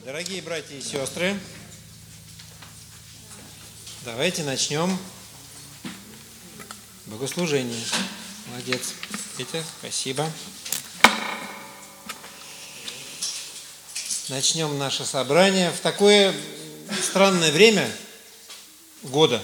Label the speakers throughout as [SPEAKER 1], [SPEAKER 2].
[SPEAKER 1] Дорогие братья и сестры, давайте начнем богослужение. Молодец, Петя, спасибо. Начнем наше собрание в такое странное время года.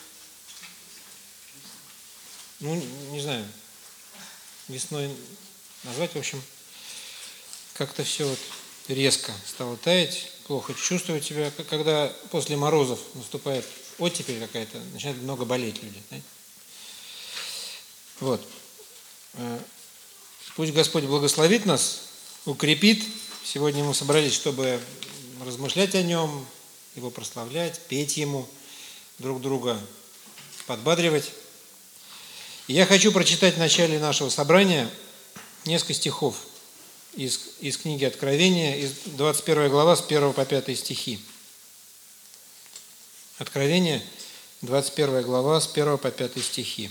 [SPEAKER 1] Не знаю, весной назвать, в общем, как-то все вот резко стало таять, плохо чувствовать себя, когда после морозов наступает оттепель какая-то, начинает много болеть люди. Знаете? Вот. Пусть Господь благословит нас, укрепит. Сегодня мы собрались, чтобы размышлять о Нем, Его прославлять, петь Ему, друг друга подбадривать. И я хочу прочитать в начале нашего собрания несколько стихов из книги Откровения, из 21 глава, с 1 по 5 стихи. Откровение, 21 глава, с 1 по 5 стихи.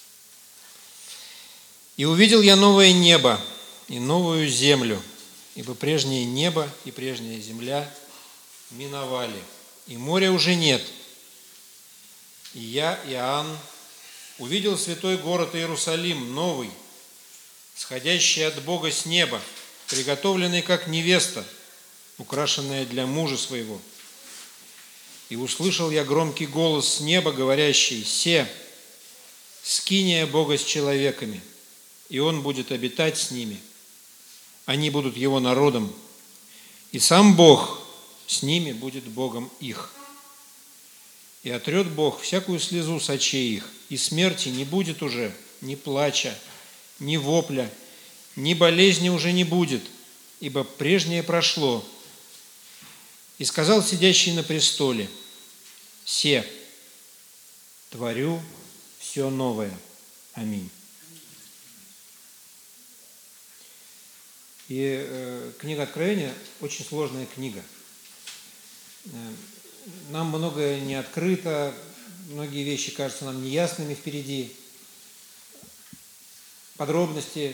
[SPEAKER 1] «И увидел я новое небо и новую землю, ибо прежнее небо и прежняя земля миновали, и моря уже нет. И я, Иоанн, увидел святой город Иерусалим, новый, сходящий от Бога с неба, приготовленный как невеста, украшенная для мужа своего. И услышал я громкий голос с неба, говорящий: «Се, скиния Бога с человеками, и Он будет обитать с ними. Они будут Его народом, и сам Бог с ними будет Богом их. И отрет Бог всякую слезу с очей их, и смерти не будет уже, ни плача, ни вопля, ни болезни уже не будет, ибо прежнее прошло. И сказал сидящий на престоле: се, творю все новое. Аминь». И книга Откровения очень сложная книга. Нам многое не открыто, многие вещи кажутся нам неясными впереди, подробности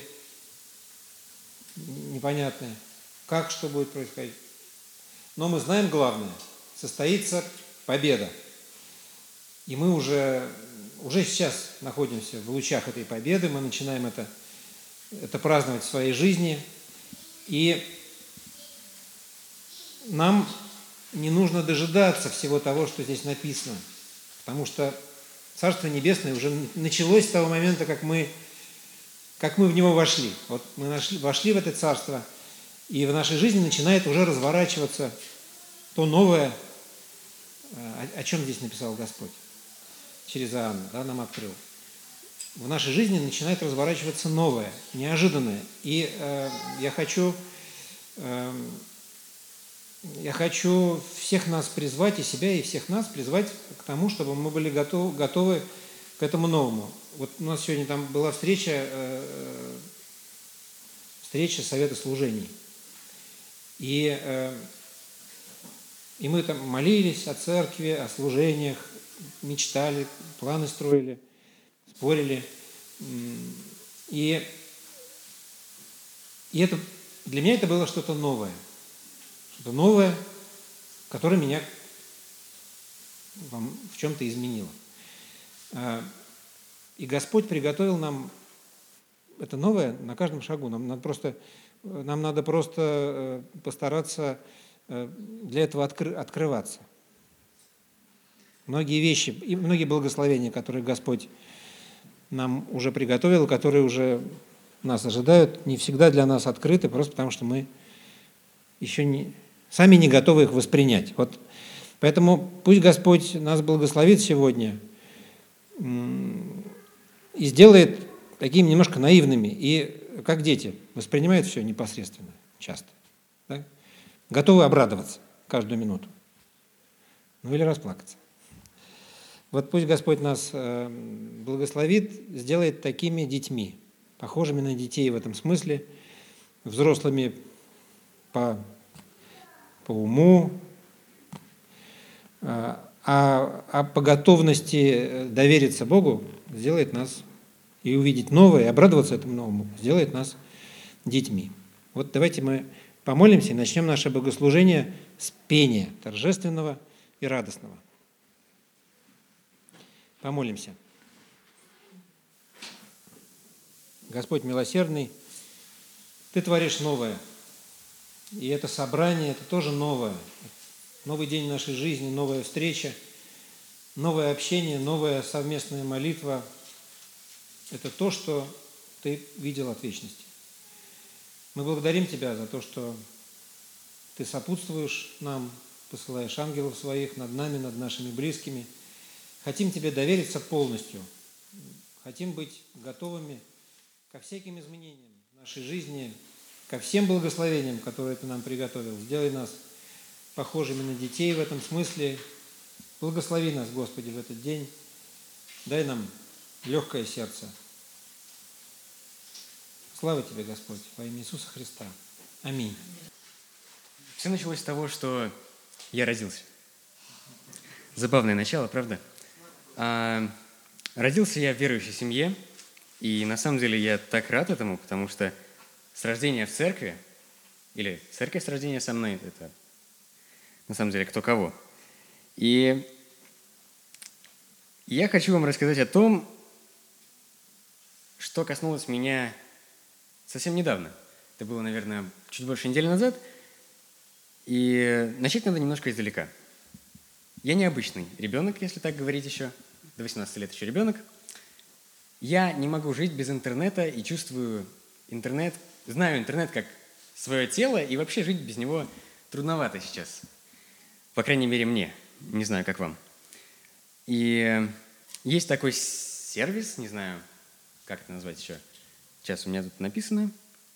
[SPEAKER 1] непонятные, как что будет происходить. Но мы знаем главное: состоится победа. И мы уже сейчас находимся в лучах этой победы, мы начинаем это праздновать в своей жизни. И нам не нужно дожидаться всего того, что здесь написано, потому что Царство Небесное уже началось с того момента, как мы в него вошли. Вот мы вошли в это Царство, и в нашей жизни начинает уже разворачиваться то новое, о чем здесь написал Господь. Через Иоанна, нам открыл. В нашей жизни начинает разворачиваться новое, неожиданное. И я хочу всех нас призвать, и себя, и всех нас призвать к тому, чтобы мы были готовы к этому новому. Вот у нас сегодня там была встреча Совета служений. И мы там молились о церкви, о служениях, мечтали, планы строили, спорили. И это, для меня это было что-то новое. Что-то новое, которое меня в чем-то изменило. И Господь приготовил нам это новое на каждом шагу. Нам надо просто постараться для этого открываться. Многие вещи и многие благословения, которые Господь нам уже приготовил, которые уже нас ожидают, не всегда для нас открыты, просто потому что мы еще сами не готовы их воспринять. Вот. Поэтому пусть Господь нас благословит сегодня и сделает такими немножко наивными, и как дети воспринимают все непосредственно, часто. Да? Готовы обрадоваться каждую минуту. Или расплакаться. Вот пусть Господь нас благословит, сделает такими детьми, похожими на детей в этом смысле, взрослыми по уму, а по готовности довериться Богу сделает нас и увидеть новое, и обрадоваться этому новому, сделает нас детьми. Вот давайте мы Помолимся и начнем наше богослужение с пения торжественного и радостного. Помолимся. Господь милосердный, Ты творишь новое. И это собрание – это тоже новое. Новый день нашей жизни, новая встреча, новое общение, новая совместная молитва – это то, что Ты видел от вечности. Мы благодарим Тебя за то, что Ты сопутствуешь нам, посылаешь ангелов своих над нами, над нашими близкими. Хотим Тебе довериться полностью. Хотим быть готовыми ко всяким изменениям в нашей жизни, ко всем благословениям, которые Ты нам приготовил. Сделай нас похожими на детей в этом смысле. Благослови нас, Господи, в этот день. Дай нам легкое сердце. Слава Тебе, Господь, во имя Иисуса Христа. Аминь.
[SPEAKER 2] Все началось с того, что я родился. Забавное начало, правда? Родился я в верующей семье, и на самом деле я так рад этому, потому что с рождения в церкви, или церковь с рождения со мной, это на самом деле кто кого. И я хочу вам рассказать о том, что коснулось меня совсем недавно. Это было, наверное, чуть больше недели назад. И начать надо немножко издалека. Я необычный ребенок, если так говорить еще. До 18 лет еще ребенок. Я не могу жить без интернета и чувствую интернет, знаю интернет как свое тело, и вообще жить без него трудновато сейчас. По крайней мере, мне. Не знаю, как вам. И есть такой сервис, не знаю, как это назвать еще. Сейчас у меня тут написано.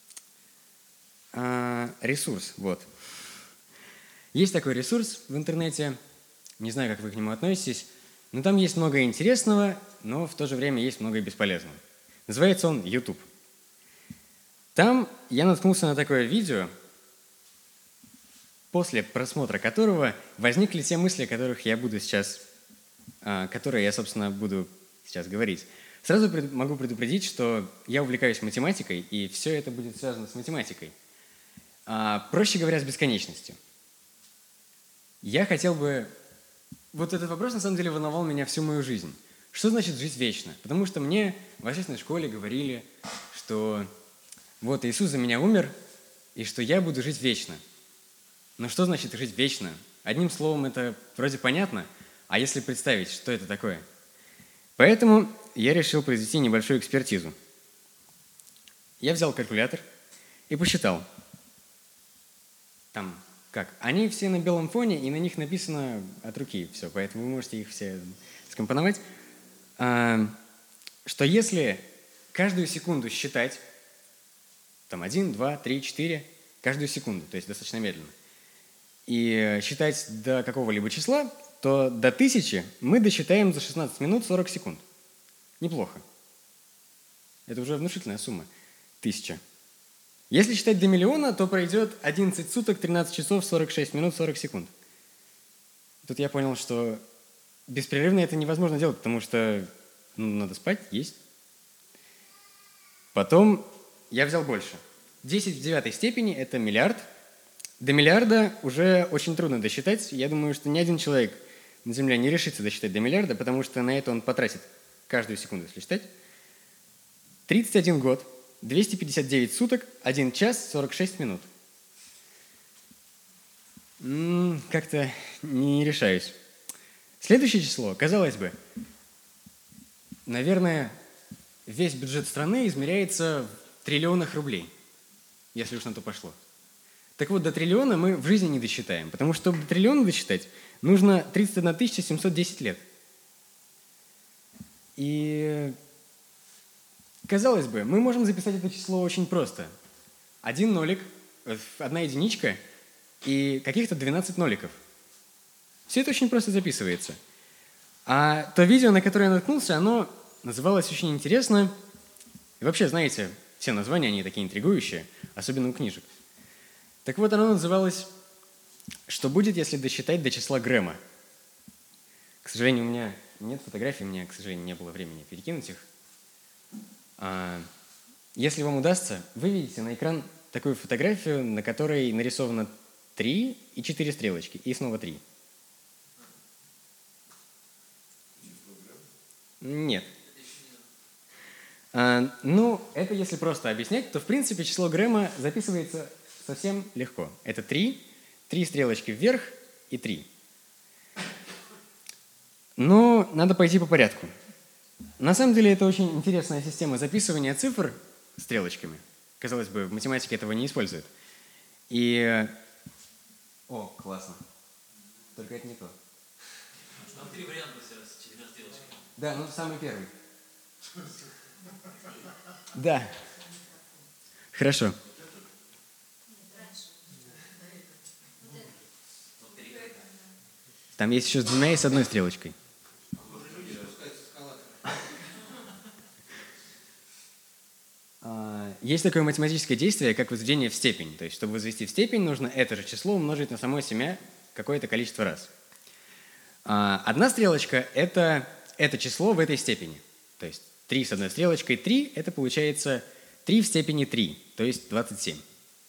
[SPEAKER 2] Ресурс, вот. Есть такой ресурс в интернете, не знаю, как вы к нему относитесь, но там есть много интересного, но в то же время есть много бесполезного. Называется он YouTube. Там я наткнулся на такое видео, после просмотра которого возникли те мысли, о которых я буду сейчас, которые я, собственно, буду сейчас говорить. Сразу могу предупредить, что я увлекаюсь математикой, и все это будет связано с математикой. Проще говоря, с бесконечностью. Я хотел бы... Вот этот вопрос, на самом деле, волновал меня всю мою жизнь. Что значит жить вечно? Потому что мне в воскресной школе говорили, что вот Иисус за меня умер, и что я буду жить вечно. Но что значит жить вечно? Одним словом, это вроде понятно, а если представить, что это такое? Поэтому я решил произвести небольшую экспертизу. Я взял калькулятор и посчитал. Там как? Они все на белом фоне, и на них написано от руки все, поэтому вы можете их все скомпоновать. Что если каждую секунду считать, там 1, 2, 3, 4, каждую секунду, то есть достаточно медленно, и считать до какого-либо числа, то до 1000 мы досчитаем за 16 минут 40 секунд. Неплохо. Это уже внушительная сумма. 1000. Если считать до миллиона, то пройдет 11 суток, 13 часов, 46 минут, 40 секунд. Тут я понял, что беспрерывно это невозможно делать, потому что надо спать, есть. Потом я взял больше. 10 в 9 степени – это миллиард. До миллиарда уже очень трудно досчитать. Я думаю, что ни один человек на Земле не решится досчитать до миллиарда, потому что на это он потратит каждую секунду, если считать. 31 год, 259 суток, 1 час, 46 минут. Как-то не решаюсь. Следующее число, казалось бы, наверное, весь бюджет страны измеряется в триллионах рублей, если уж на то пошло. Так вот, до триллиона мы в жизни не досчитаем, потому что, чтобы до триллиона досчитать, нужно 31 710 лет. И, казалось бы, мы можем записать это число очень просто. 1 нолик, 1 единичка и каких-то 12 ноликов. Все это очень просто записывается. А то видео, на которое я наткнулся, оно называлось очень интересно. И вообще, знаете, все названия, они такие интригующие, особенно у книжек. Так вот, оно называлось «Что будет, если досчитать до числа Грэма?». К сожалению, у меня нет фотографий, у меня, к сожалению, не было времени перекинуть их. Если вам удастся, выведите на экран такую фотографию, на которой нарисовано 3 и 4 стрелочки, и снова 3. Нет. Ну, это если просто объяснять, то, в принципе, число Грэма записывается совсем легко. Это 3 стрелочки вверх и 3. Но надо пойти по порядку. На самом деле, это очень интересная система записывания цифр стрелочками. Казалось бы, в математике этого не используют. И... О, классно. Только это не то.
[SPEAKER 3] Там 3 варианта с 4 стрелочками.
[SPEAKER 2] Да, ну самый первый. Да. Хорошо. Там есть еще с 2 и с 1 стрелочкой. Есть такое математическое действие, как возведение в степень. То есть, чтобы возвести в степень, нужно это же число умножить на само себя какое-то количество раз. 1 стрелочка – это число в этой степени. То есть 3 с 1 стрелочкой, 3 – это получается 3 в степени 3, то есть 27.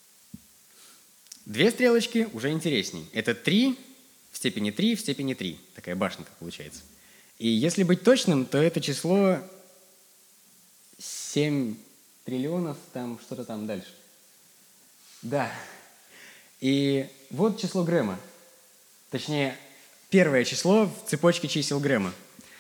[SPEAKER 2] 2 стрелочки уже интересней. Это 3 в степени 3 в степени 3. Такая башенка получается. И если быть точным, то это число 7 триллионов, там что-то там дальше. Да. И вот число Грэма. Точнее, первое число в цепочке чисел Грэма.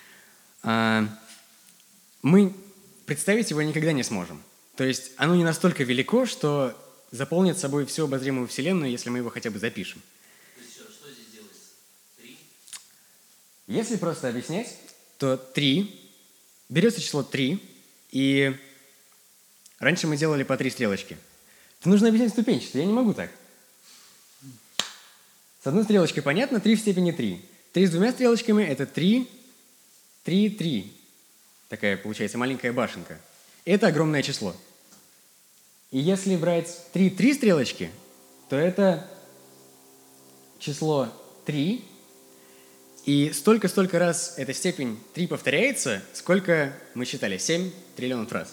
[SPEAKER 2] Мы представить его никогда не сможем. То есть оно не настолько велико, что заполнит собой всю обозримую Вселенную, если мы его хотя бы запишем.
[SPEAKER 3] То есть что здесь делается? 3?
[SPEAKER 2] Если просто объяснять, то 3, берется число 3, и раньше мы делали по 3 стрелочки. Это нужно объяснять ступенчато, я не могу так. С 1 стрелочкой понятно, 3 в степени 3. 3 с 2 стрелочками – это 3, 3, 3. Такая, получается, маленькая башенка. И это огромное число. И если брать 3 стрелочки, то это число 3, и столько раз эта степень 3 повторяется, сколько мы считали, 7 триллионов раз.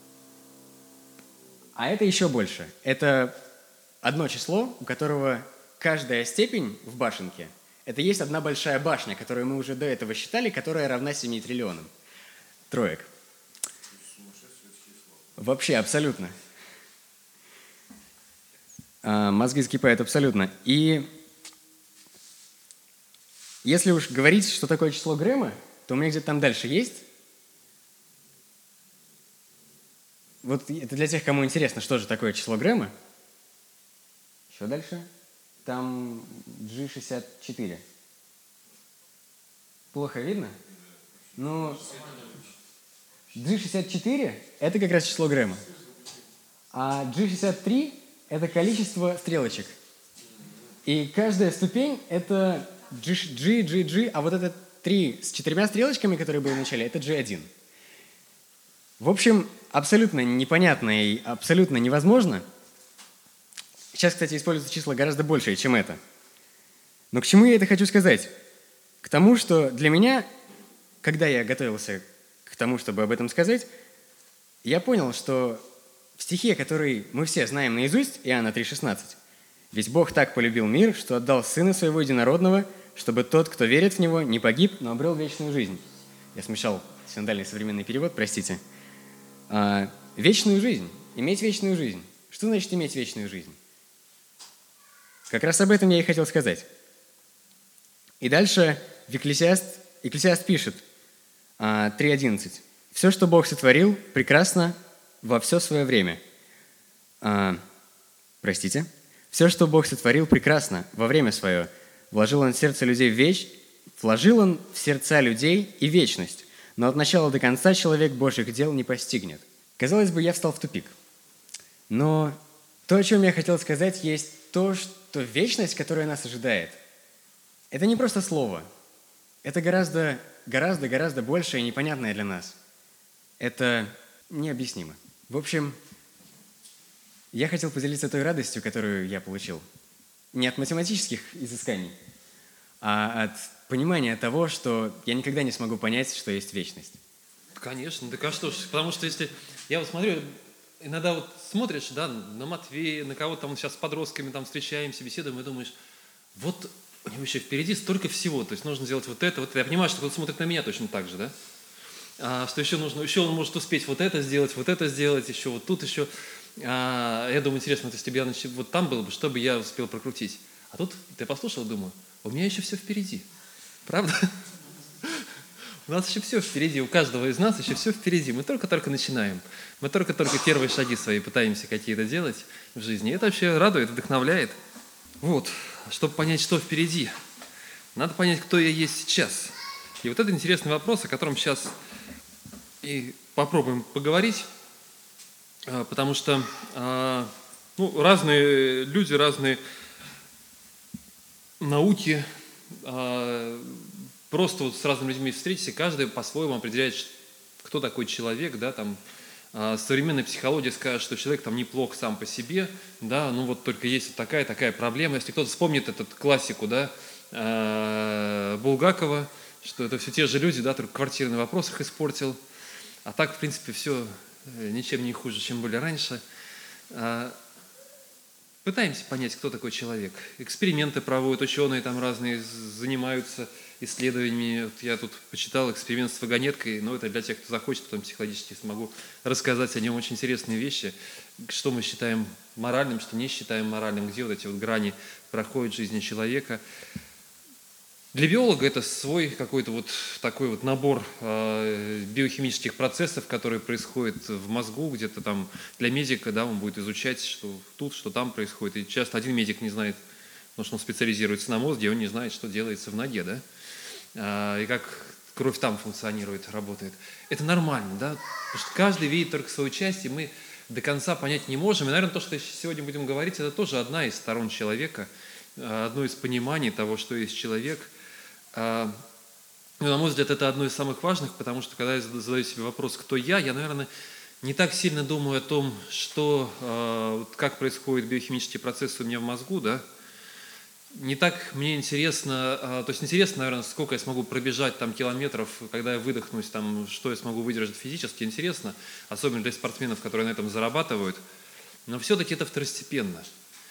[SPEAKER 2] А это еще больше. Это одно число, у которого каждая степень в башенке – это есть одна большая башня, которую мы уже до этого считали, которая равна 7 триллионам. Троек. Вообще, абсолютно. Мозги закипают абсолютно. И если уж говорить, что такое число Грэма, то у меня где-то там дальше есть. Вот это для тех, кому интересно, что же такое число Грэма. Еще дальше. Там G64. Плохо видно? Ну, G64 – это как раз число Грэма. А G63 – это количество стрелочек. И каждая ступень – это G, а вот это 3 с 4 стрелочками, которые были в начале, это G1. В общем, абсолютно непонятно и абсолютно невозможно. Сейчас, кстати, используются числа гораздо большие, чем это. Но к чему я это хочу сказать? К тому, что для меня, когда я готовился к тому, чтобы об этом сказать, я понял, что в стихе, который мы все знаем наизусть, Иоанна 3,16, «Ведь Бог так полюбил мир, что отдал Сына Своего Единородного, чтобы тот, кто верит в Него, не погиб, но обрел вечную жизнь». Я смешал синодальный современный перевод, простите. Вечную жизнь. Иметь вечную жизнь. Что значит иметь вечную жизнь? Как раз об этом я и хотел сказать. И дальше в Екклесиаст пишет 3.11. «Все, что Бог сотворил, прекрасно во все свое время». «Все, что Бог сотворил, прекрасно во время свое. Вложил Он в сердца людей и вечность, но от начала до конца человек Божьих дел не постигнет». Казалось бы, я встал в тупик. Но то, о чем я хотел сказать, есть то, что вечность, которая нас ожидает, это не просто слово. Это гораздо большее и непонятное для нас. Это необъяснимо. В общем, я хотел поделиться той радостью, которую я получил. Не от математических изысканий, а от понимания того, что я никогда не смогу понять, что есть вечность.
[SPEAKER 3] Конечно, так а что ж, потому что если... Я вот смотрю,
[SPEAKER 4] иногда вот смотришь, да, на Матвея, на кого-то там сейчас с подростками там встречаемся, беседуем, и думаешь, вот у него еще впереди столько всего, то есть нужно сделать вот это, вот это. Я понимаю, что кто-то смотрит на меня точно так же, да? Что еще нужно, еще он может успеть вот это сделать, еще вот тут еще. Я думаю, интересно, вот если бы я вот там был бы, что бы я успел прокрутить? А тут ты послушал, думаю, у меня еще все впереди. Правда? У нас еще все впереди, у каждого из нас еще все впереди. Мы только-только начинаем. Мы только-только первые шаги свои пытаемся какие-то делать в жизни. И это вообще радует, вдохновляет. Вот, чтобы понять, что впереди, надо понять, кто я есть сейчас. И вот это интересный вопрос, о котором сейчас и попробуем поговорить, потому что разные люди, разные науки, просто вот с разными людьми встретитесь, каждый по-своему определяет, кто такой человек, да, там, современная психология скажет, что человек там неплох сам по себе, да, ну вот только есть вот такая проблема. Если кто-то вспомнит эту классику, да, Булгакова, что это все те же люди, да, только квартирный вопрос их испортил, а так, в принципе, все ничем не хуже, чем были раньше. Пытаемся понять, кто такой человек. Эксперименты проводят, ученые там разные занимаются исследованиями. Вот я тут почитал эксперимент с вагонеткой, но это для тех, кто захочет, потом психологически смогу рассказать о нем очень интересные вещи, что мы считаем моральным, что не считаем моральным, где вот эти вот грани проходят в жизни человека. Для биолога это свой какой-то вот такой вот набор биохимических процессов, которые происходят в мозгу, где-то там для медика, да, он будет изучать, что тут, что там происходит. И часто один медик не знает, потому что он специализируется на мозге, он не знает, что делается в ноге, да, и как кровь там функционирует, работает. Это нормально, да, потому что каждый видит только свою часть, и мы до конца понять не можем. И, наверное, то, что сегодня будем говорить, это тоже одна из сторон человека, одно из пониманий того, что есть человек. На мой взгляд, это одно из самых важных, потому что, когда я задаю себе вопрос, кто я, наверное, не так сильно думаю о том, как происходят биохимические процессы у меня в мозгу, да. Не так мне интересно, то есть интересно, наверное, сколько я смогу пробежать там километров, когда я выдохнусь, там, что я смогу выдержать физически, интересно, особенно для спортсменов, которые на этом зарабатывают, но все-таки это второстепенно.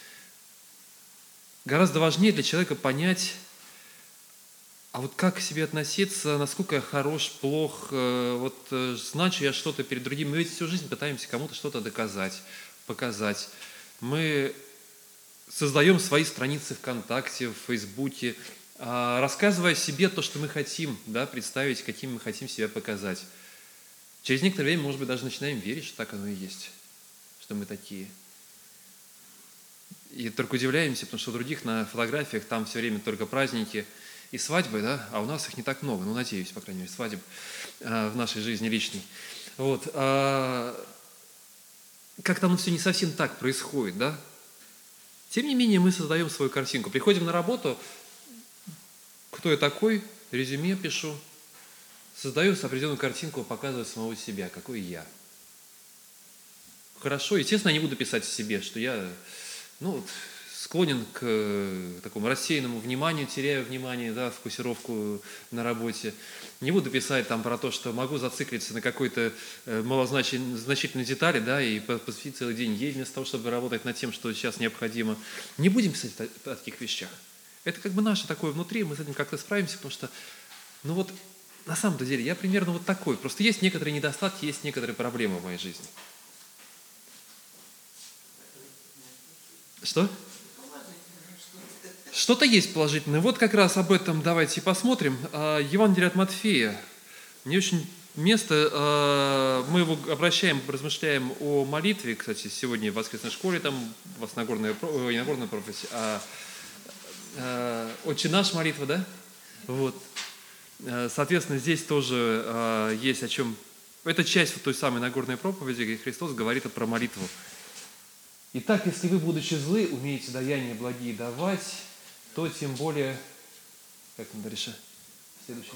[SPEAKER 4] Гораздо важнее для человека понять, а вот как к себе относиться, насколько я хорош, плох, значу я что-то перед другими. Мы ведь всю жизнь пытаемся кому-то что-то доказать, показать. Мы создаем свои страницы ВКонтакте, в Фейсбуке, рассказывая себе то, что мы хотим, да, представить, каким мы хотим себя показать. Через некоторое время, может быть, даже начинаем верить, что так оно и есть, что мы такие. И только удивляемся, потому что у других на фотографиях там все время только праздники и свадьбы, да, а у нас их не так много, ну, надеюсь, по крайней мере, свадеб в нашей жизни личной. Вот. Как-то оно все не совсем так происходит, да. Тем не менее, мы создаем свою картинку. Приходим на работу, кто я такой, резюме пишу, создаю определенную картинку, показываю самого себя, какой я. Хорошо, естественно, я не буду писать о себе, что я, склонен к такому рассеянному вниманию, теряю внимание, да, фокусировку на работе. Не буду писать там про то, что могу зациклиться на какой-то малозначительной детали, да, и посвятить целый день ей вместо того, чтобы работать над тем, что сейчас необходимо. Не будем писать о таких вещах. Это как бы наше такое внутри, мы с этим как-то справимся, потому что, на самом-то деле, я примерно вот такой. Просто есть некоторые недостатки, есть некоторые проблемы в моей жизни. Что? Что-то есть положительное. Вот как раз об этом давайте посмотрим. Евангелие от Матфея. Мне очень место, мы его обращаем, размышляем о молитве. Кстати, сегодня в воскресной школе, там у вас Нагорная проповедь, «Отче наш» молитва, да? Вот. Соответственно, здесь тоже есть о чем. Это часть вот той самой Нагорной проповеди, где Христос говорит про молитву. Итак, если вы, будучи злы, умеете даяния благие давать, то тем более... Как там дальше? Следующий.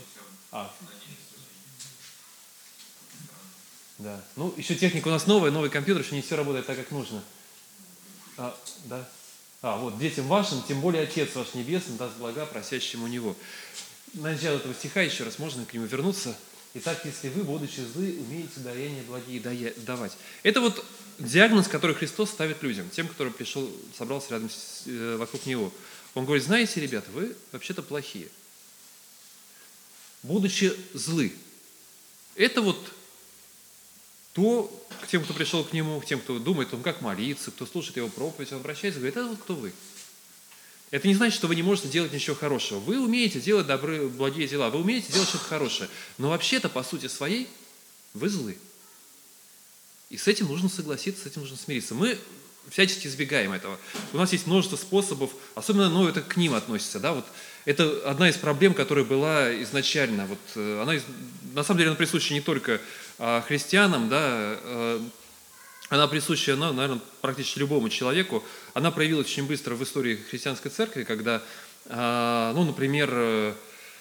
[SPEAKER 4] Да. Еще техника у нас новая, новый компьютер, еще не все работает так, как нужно. Да. Вот, детям вашим, тем более Отец ваш Небесный даст блага просящим у Него. Начало этого стиха еще раз, можно к нему вернуться? Итак, если вы, будучи злы, умеете даяние благие давать. Это вот диагноз, который Христос ставит людям, тем, который пришел, собрался рядом вокруг Него. Он говорит, знаете, ребята, вы вообще-то плохие. Будучи злы. Это вот то, к тем, кто пришел к Нему, к тем, кто думает о том, как молиться, кто слушает Его проповедь, он обращается, говорит, это вот кто вы. Это не значит, что вы не можете делать ничего хорошего. Вы умеете делать добрые, благие дела, вы умеете делать что-то хорошее. Но вообще-то, по сути своей, вы злы. И с этим нужно согласиться, с этим нужно смириться. Мы всячески избегаем этого. У нас есть множество способов, особенно, это к ним относится. Да? Вот это одна из проблем, которая была изначально. На самом деле, она присуща не только христианам, да, она присуща, наверное, практически любому человеку. Она проявилась очень быстро в истории христианской церкви, когда, например,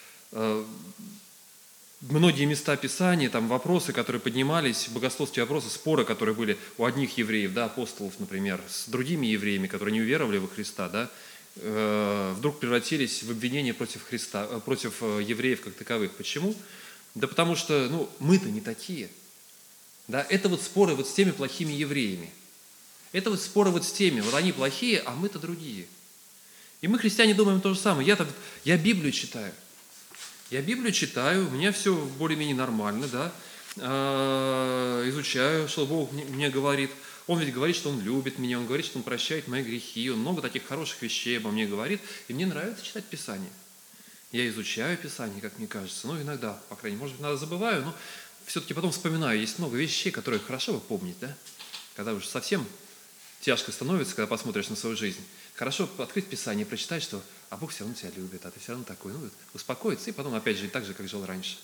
[SPEAKER 4] многие места Писания, там вопросы, которые поднимались, богословские вопросы, споры, которые были у одних евреев, да, апостолов, например, с другими евреями, которые не уверовали во Христа, да, вдруг превратились в обвинения против Христа, против евреев как таковых. Почему? Да потому что, мы-то не такие. Да, это вот споры вот с теми плохими евреями. Это вот споры вот с теми, вот они плохие, а мы-то другие. И мы, христиане, думаем то же самое. Я Библию читаю. Я Библию читаю, у меня все более-менее нормально, да, изучаю, что Бог мне говорит. Он ведь говорит, что Он любит меня, Он говорит, что Он прощает мои грехи, Он много таких хороших вещей обо мне говорит, и мне нравится читать Писание. Я изучаю Писание, как мне кажется, иногда, по крайней мере, может быть, иногда забываю, но все-таки потом вспоминаю, есть много вещей, которые хорошо бы помнить, да, когда уже совсем тяжко становится, когда посмотришь на свою жизнь. Хорошо открыть Писание, прочитать, что Бог все равно тебя любит, а ты все равно такой. Успокоиться и потом опять жить так же, как жил раньше.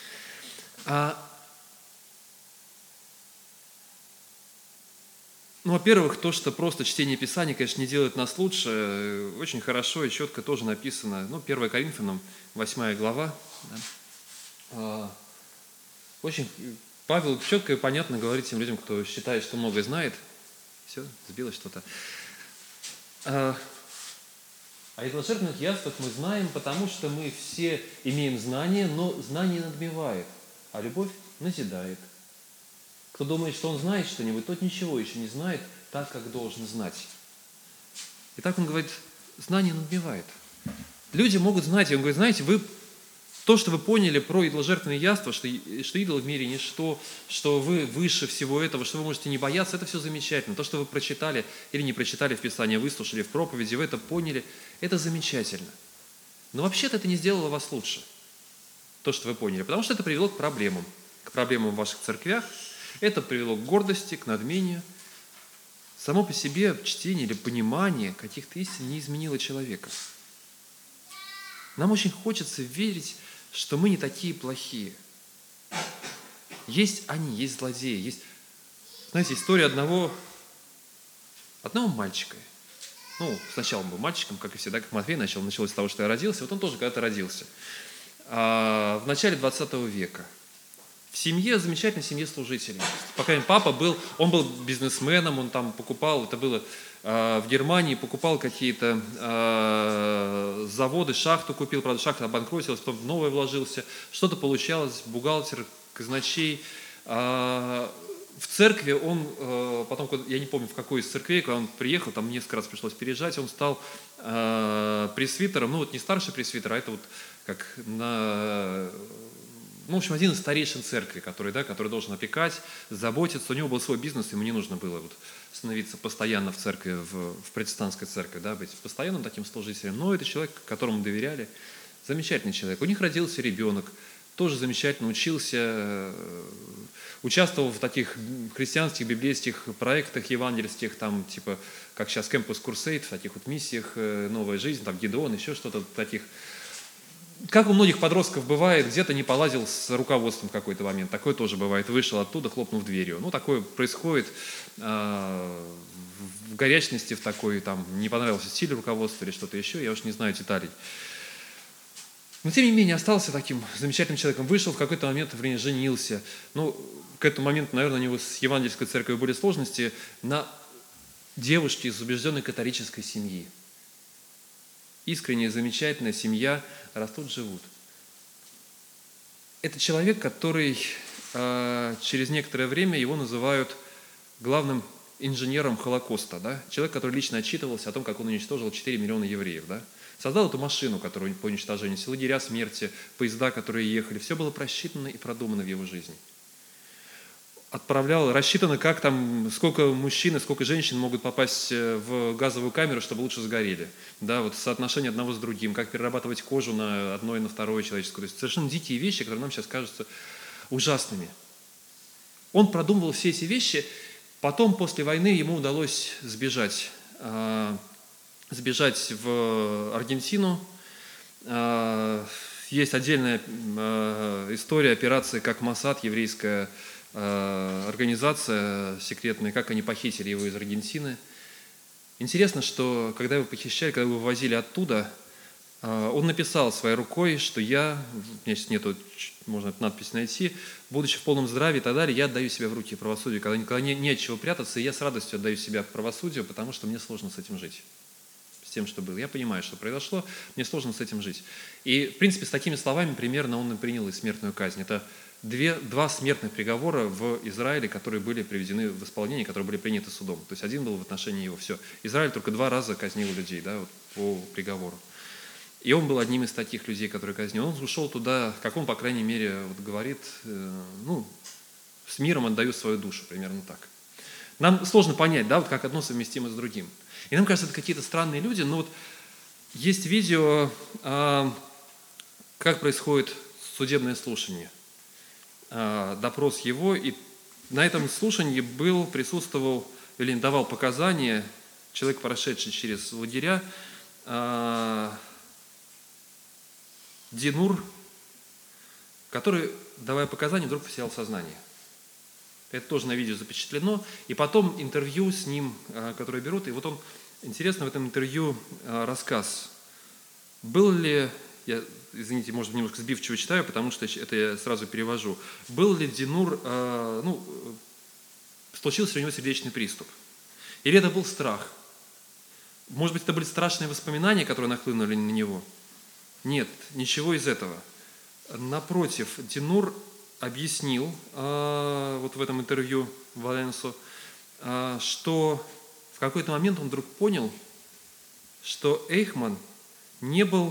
[SPEAKER 4] Во-первых, то, что просто чтение Писания, конечно, не делает нас лучше, очень хорошо и четко тоже написано. 1 Коринфянам, 8 глава. Да. Очень Павел четко и понятно говорит тем людям, кто считает, что многое знает. Все, сбилось что-то. О идоложертвенных яствах мы знаем, потому что мы все имеем знание, но знание надмевает, а любовь назидает. Кто думает, что он знает что-нибудь, тот ничего еще не знает так, как должен знать. И так он говорит, знание надмевает. Люди могут знать, и он говорит, знаете, то, что вы поняли про идоложертвенные яства, что идол в мире ничто, что вы выше всего этого, что вы можете не бояться, это все замечательно. То, что вы прочитали или не прочитали в Писании, выслушали в проповеди, вы это поняли, это замечательно. Но вообще-то это не сделало вас лучше, то, что вы поняли, потому что это привело к проблемам в ваших церквях, это привело к гордости, к надмению. Само по себе чтение или понимание каких-то истин не изменило человека. Нам очень хочется верить, что мы не такие плохие. Есть они, есть злодеи. Есть, знаете, история одного мальчика. Сначала он был мальчиком, как и всегда, как Матвей началось с того, что я родился. Вот он тоже когда-то родился. В начале 20 века. В семье, замечательной семье служителей. Пока папа был бизнесменом, он там покупал, это было в Германии, покупал какие-то заводы, шахту купил, правда, шахта обанкротилась, потом в новое вложился, что-то получалось, бухгалтер, казначей. В церкви он, потом, я не помню, в какой из церквей, когда он приехал, там несколько раз пришлось переезжать, он стал пресвитером, не старший пресвитер, а это вот как один из старейшин церкви, который должен опекать, заботиться. У него был свой бизнес, ему не нужно было становиться постоянно в церкви, в протестантской церкви, быть постоянным таким служителем. Но это человек, которому доверяли. Замечательный человек. У них родился ребенок, тоже замечательно учился, участвовал в таких христианских, библейских проектах евангельских, как сейчас Campus Crusade, в таких миссиях, Новая жизнь, Гедеон, еще что-то таких. Как у многих подростков бывает, где-то не полазил с руководством в какой-то момент. Такое тоже бывает. Вышел оттуда, хлопнув дверью. Такое происходит в горячности, в такой, не понравился стиль руководства или что-то еще, я уж не знаю деталей. Но, тем не менее, остался таким замечательным человеком. Вышел в какой-то момент, женился. К этому моменту, наверное, у него с евангельской церковью были сложности на девушке из убежденной католической семьи. Искренняя, замечательная семья, растут, живут. это человек, который через некоторое время его называют главным инженером Холокоста, да? Человек, который лично отчитывался о том, как он уничтожил 4 миллиона евреев. Да? Создал эту машину, которую по уничтожению, все лагеря смерти, поезда, которые ехали. Все было просчитано и продумано в его жизни. Рассчитано, как там, сколько мужчин и сколько женщин могут попасть в газовую камеру, чтобы лучше сгорели. Да, вот соотношение одного с другим, как перерабатывать кожу на одно и на второе человеческое. То есть совершенно дикие вещи, которые нам сейчас кажутся ужасными. Он продумывал все эти вещи, потом, после войны, ему удалось сбежать в Аргентину. Есть отдельная история операции, как Моссад, еврейская организация секретная, как они похитили его из Аргентины. Интересно, что когда его похищали, когда его вывозили оттуда, он написал своей рукой, что у меня сейчас нету, можно эту надпись найти, будучи в полном здравии и так далее, я отдаю себя в руки правосудию, когда не от чего прятаться, и я с радостью отдаю себя правосудию, потому что мне сложно с этим жить, с тем, что было. Я понимаю, что произошло, мне сложно с этим жить. И, в принципе, с такими словами примерно он и принял и смертную казнь. Это два смертных приговора в Израиле, которые были приведены в исполнение, которые были приняты судом. То есть один был в отношении его, все. Израиль только 2 раза казнил людей, да, вот, по приговору. И он был одним из таких людей, которые казнил. Он ушел туда, как он, по крайней мере, вот говорит, с миром отдаю свою душу, примерно так. Нам сложно понять, да, вот как одно совместимо с другим. И нам кажется, это какие-то странные люди, но вот есть видео, как происходит судебное слушание, допрос его, и на этом слушании присутствовал или давал показания человек, прошедший через лагеря, Динур, который, давая показания, вдруг потерял сознание. Это тоже на видео запечатлено. И потом интервью с ним, которое берут. И вот он, интересно, в этом интервью рассказ. Был ли, я, извините, может, немножко сбивчиво читаю, потому что это я сразу перевожу. Был ли Динур, случился у него сердечный приступ? Или это был страх? Может быть, это были страшные воспоминания, которые нахлынули на него? Нет, ничего из этого. Напротив, Динур объяснил вот в этом интервью Валенсу, что в какой-то момент он вдруг понял, что Эйхман не был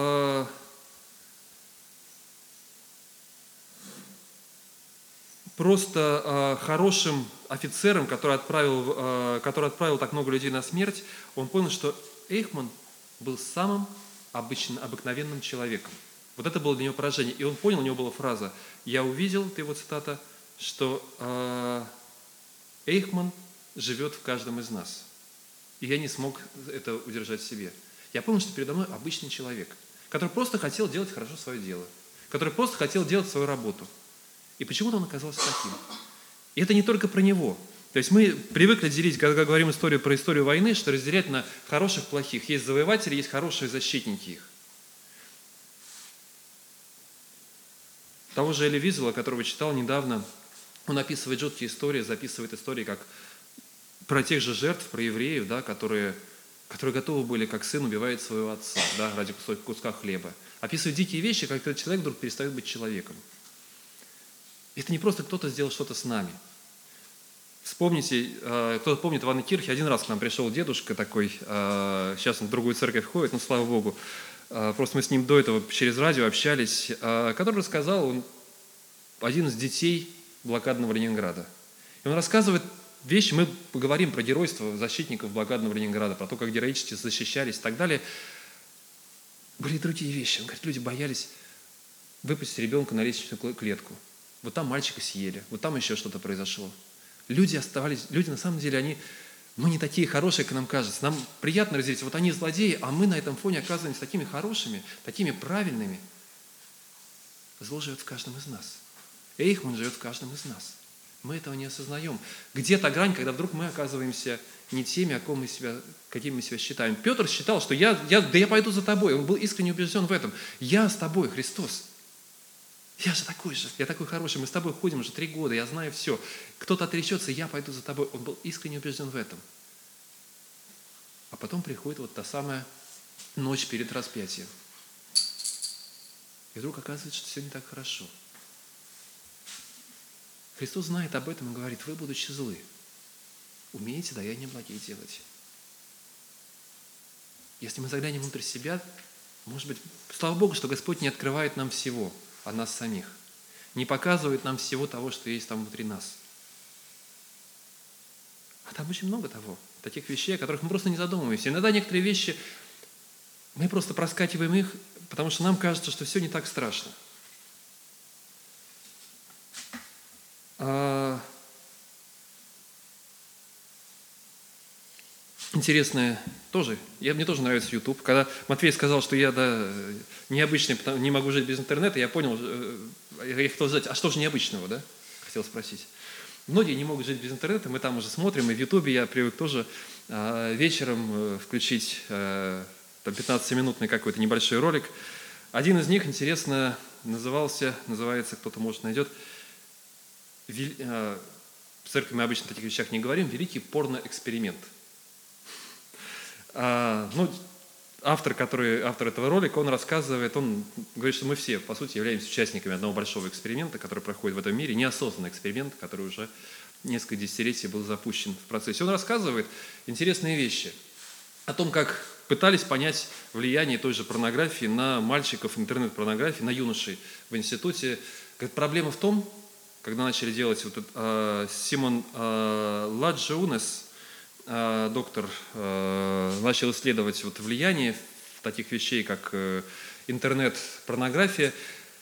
[SPEAKER 4] просто хорошим офицером, который отправил так много людей на смерть. Он понял, что Эйхман был самым обыкновенным человеком. Вот это было для него поражение. И он понял, у него была фраза: «Я увидел», это его цитата, что Эйхман живет в каждом из нас. И я не смог это удержать в себе. Я понял, что передо мной обычный человек, который просто хотел делать хорошо свое дело, который просто хотел делать свою работу. И почему-то он оказался таким. И это не только про него. То есть мы привыкли делить, когда говорим про историю войны, что разделять на хороших, плохих. Есть завоеватели, есть хорошие защитники их. Того же Эли Визела, которого читал недавно, он описывает жуткие истории, записывает истории как про тех же жертв, про евреев, да, которые готовы были, как сын убивает своего отца, да, ради куска хлеба. Описывает дикие вещи, как этот человек вдруг перестает быть человеком. Это не просто кто-то сделал что-то с нами. Вспомните, кто-то помнит, в Аннекирхе один раз к нам пришел дедушка такой, сейчас он в другую церковь ходит, ну, слава Богу, просто мы с ним до этого через радио общались, который рассказал, он один из детей блокадного Ленинграда. И он рассказывает вещи, мы поговорим про геройство защитников блокадного Ленинграда, про то, как героически защищались и так далее. Были и другие вещи. Он говорит, люди боялись выпустить ребенка на лестничную клетку. Вот там мальчика съели, вот там еще что-то произошло. Люди на самом деле, мы не такие хорошие, как нам кажется. Нам приятно разделить, вот они злодеи, а мы на этом фоне оказываемся такими хорошими, такими правильными. Зло живет в каждом из нас. Эйхман живет в каждом из нас. Мы этого не осознаем. Где та грань, когда вдруг мы оказываемся не теми, какими мы себя считаем. Петр считал, что я пойду за тобой. Он был искренне убежден в этом. Я с тобой, Христос. Я же такой же, я такой хороший, мы с тобой ходим уже 3 года, я знаю все. Кто-то отречется, я пойду за тобой. Он был искренне убежден в этом. А потом приходит вот та самая ночь перед распятием. И вдруг оказывается, что все не так хорошо. Христос знает об этом и говорит: вы, будучи злы, умеете даяние благие делать. Если мы заглянем внутрь себя, может быть, слава Богу, что Господь не открывает нам всего о нас самих, не показывает нам всего того, что есть там внутри нас. А там очень много того, таких вещей, о которых мы просто не задумываемся. Иногда некоторые вещи, мы просто проскакиваем их, потому что нам кажется, что все не так страшно. Интересное тоже, мне тоже нравится YouTube. Когда Матвей сказал, что я необычный, не могу жить без интернета, я понял, я хотел сказать, а что же необычного, да? Хотел спросить. Многие не могут жить без интернета, мы там уже смотрим, и в YouTube я привык тоже вечером включить 15-минутный какой-то небольшой ролик. Один из них, интересно, называется, кто-то, может, найдет, в церкви мы обычно о таких вещах не говорим, «Великий порно-эксперимент». Автор этого ролика, он рассказывает, он говорит, что мы все, по сути, являемся участниками одного большого эксперимента, который проходит в этом мире, неосознанный эксперимент, который уже несколько десятилетий был запущен в процессе. Он рассказывает интересные вещи о том, как пытались понять влияние той же порнографии на мальчиков, интернет-порнографии, на юношей в институте. Говорит, проблема в том, когда начали делать Симон Ладжиунес, доктор, начал исследовать влияние таких вещей, как интернет-порнография,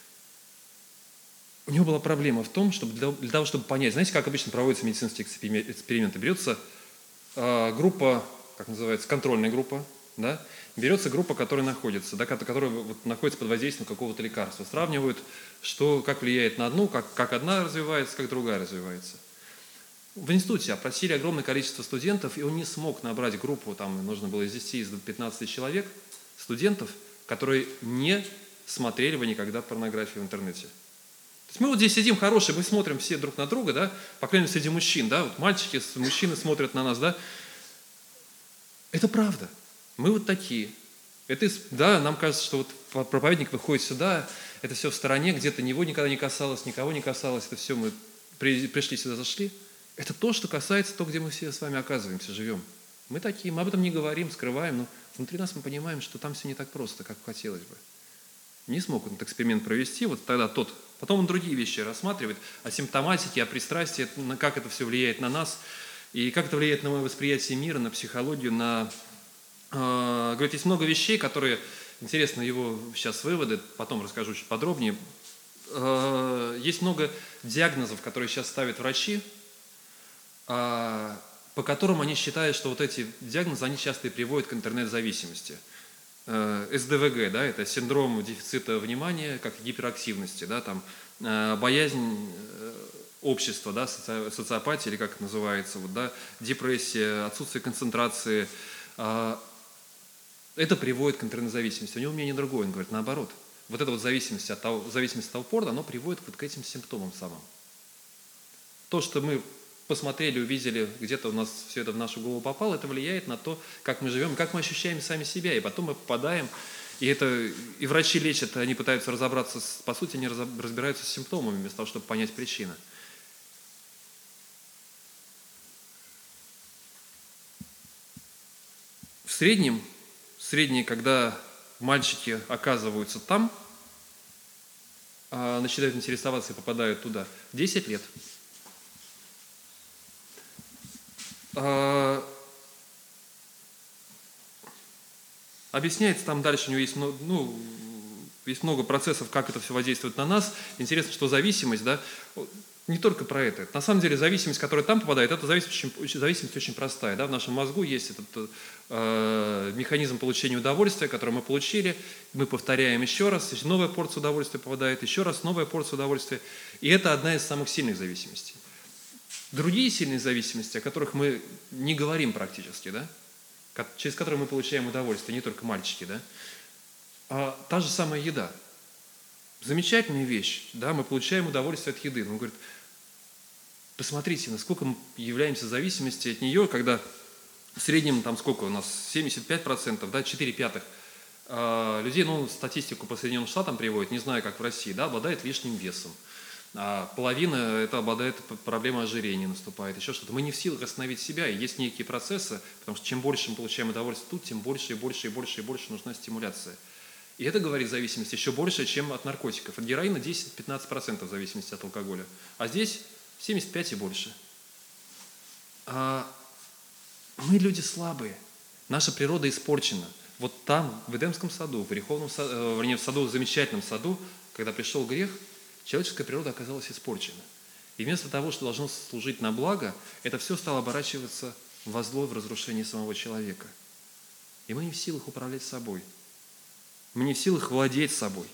[SPEAKER 4] у него была проблема в том, чтобы для того, чтобы понять, знаете, как обычно проводятся медицинские эксперименты, берется группа, как называется, контрольная группа, да, берется группа, которая находится под воздействием какого-то лекарства, сравнивают, как влияет на одну, как одна развивается, как другая развивается. В институте опросили огромное количество студентов, и он не смог набрать группу, там нужно было из 10 до 15 человек, студентов, которые не смотрели бы никогда порнографию в интернете. То есть мы вот здесь сидим хорошие, мы смотрим все друг на друга, да, по крайней мере, среди мужчин, да, вот мальчики, мужчины смотрят на нас, да. Это правда. Мы вот такие. Да, нам кажется, что вот проповедник выходит сюда, это все в стороне, где-то него никогда не касалось, никого не касалось, это все мы пришли сюда, зашли. Это то, что касается того, где мы все с вами оказываемся, живем. Мы такие, мы об этом не говорим, скрываем, но внутри нас мы понимаем, что там все не так просто, как хотелось бы. Не смог он этот эксперимент провести, вот тогда потом он другие вещи рассматривает, о симптоматике, о пристрастии, как это все влияет на нас, и как это влияет на мое восприятие мира, на психологию, говорит, есть много вещей, которые, интересно его сейчас выводы, потом расскажу чуть подробнее. Есть много диагнозов, которые сейчас ставят врачи, по которым они считают, что вот эти диагнозы, они часто и приводят к интернет-зависимости. СДВГ, да, это синдром дефицита внимания, как гиперактивности, да, там, боязнь общества, да, социопатия, или как это называется, вот, да, депрессия, отсутствие концентрации. Это приводит к интернет-зависимости. У него мнение другое, он говорит, наоборот. Вот эта вот зависимость от того порно, оно приводит вот к этим симптомам самым. То, что мы посмотрели, увидели, где-то у нас все это в нашу голову попало, это влияет на то, как мы живем, как мы ощущаем сами себя. И потом мы попадаем, и врачи лечат, они пытаются разобраться, по сути, они разбираются с симптомами, вместо того, чтобы понять причину. В среднем, когда мальчики оказываются там, начинают интересоваться и попадают туда, 10 лет. Объясняется там дальше, у него есть много процессов, как это все воздействует на нас. Интересно, что зависимость, да, не только про это. На самом деле зависимость, которая там попадает, это зависимость очень простая. Да? В нашем мозгу есть этот механизм получения удовольствия, который мы получили, мы повторяем еще раз, новая порция удовольствия попадает, еще раз новая порция удовольствия. И это одна из самых сильных зависимостей. Другие сильные зависимости, о которых мы не говорим практически, да? Через которые мы получаем удовольствие, не только мальчики, да? А та же самая еда. Замечательная вещь, да, мы получаем удовольствие от еды. Он говорит, посмотрите, насколько мы являемся в зависимости от нее, когда в среднем, там сколько у нас, 75%, да, 4/5 людей, статистику по Соединенным Штатам приводят, не знаю, как в России, да, обладает лишним весом. А половина это обладает проблемой ожирения, наступает, еще что-то. Мы не в силах остановить себя, и есть некие процессы, потому что чем больше мы получаем удовольствие тут, тем больше и больше и больше и больше нужна стимуляция. И это говорит зависимость еще больше, чем от наркотиков. От героина 10-15% в зависимости от алкоголя, а здесь 75% и больше. Мы люди слабые, наша природа испорчена. Вот там, в Эдемском саду, в Ореховном саду, вернее, в саду, в замечательном саду, когда пришел грех, человеческая природа оказалась испорчена. И вместо того, что должно служить на благо, это все стало оборачиваться во зло, в разрушение самого человека. И мы не в силах управлять собой. Мы не в силах владеть собой.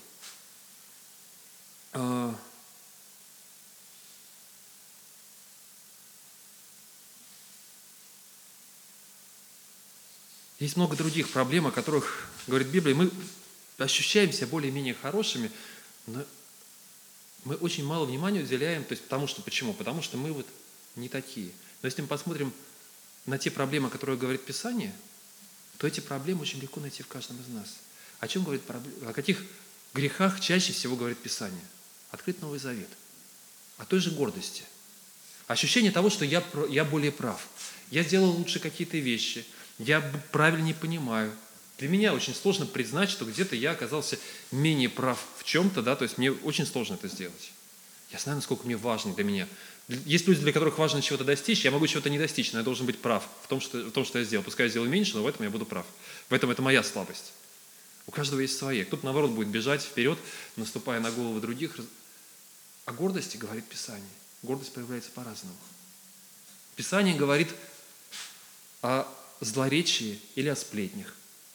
[SPEAKER 4] Есть много других проблем, о которых говорит Библия. Мы ощущаем себя более-менее хорошими, но мы очень мало внимания уделяем, то есть почему? Потому что мы вот не такие. Но если мы посмотрим на те проблемы, о которых говорит Писание, то эти проблемы очень легко найти в каждом из нас. О чем говорит о каких грехах чаще всего говорит Писание? Открыт Новый Завет. О той же гордости. Ощущение того, что я более прав. Я сделал лучше какие-то вещи. Я правильнее понимаю. Для меня очень сложно признать, что где-то я оказался менее прав в чем-то, да, то есть мне очень сложно это сделать. Я знаю, насколько мне важно для меня. Есть люди, для которых важно чего-то достичь, я могу чего-то не достичь, но я должен быть прав в том, что я сделал. Пускай я сделаю меньше, но в этом я буду прав. В этом это моя слабость. У каждого есть свои. Кто-то, наоборот, будет бежать вперед, наступая на головы других. О гордости говорит Писание. Гордость проявляется по-разному. Писание говорит о злоречии или о сплетнях,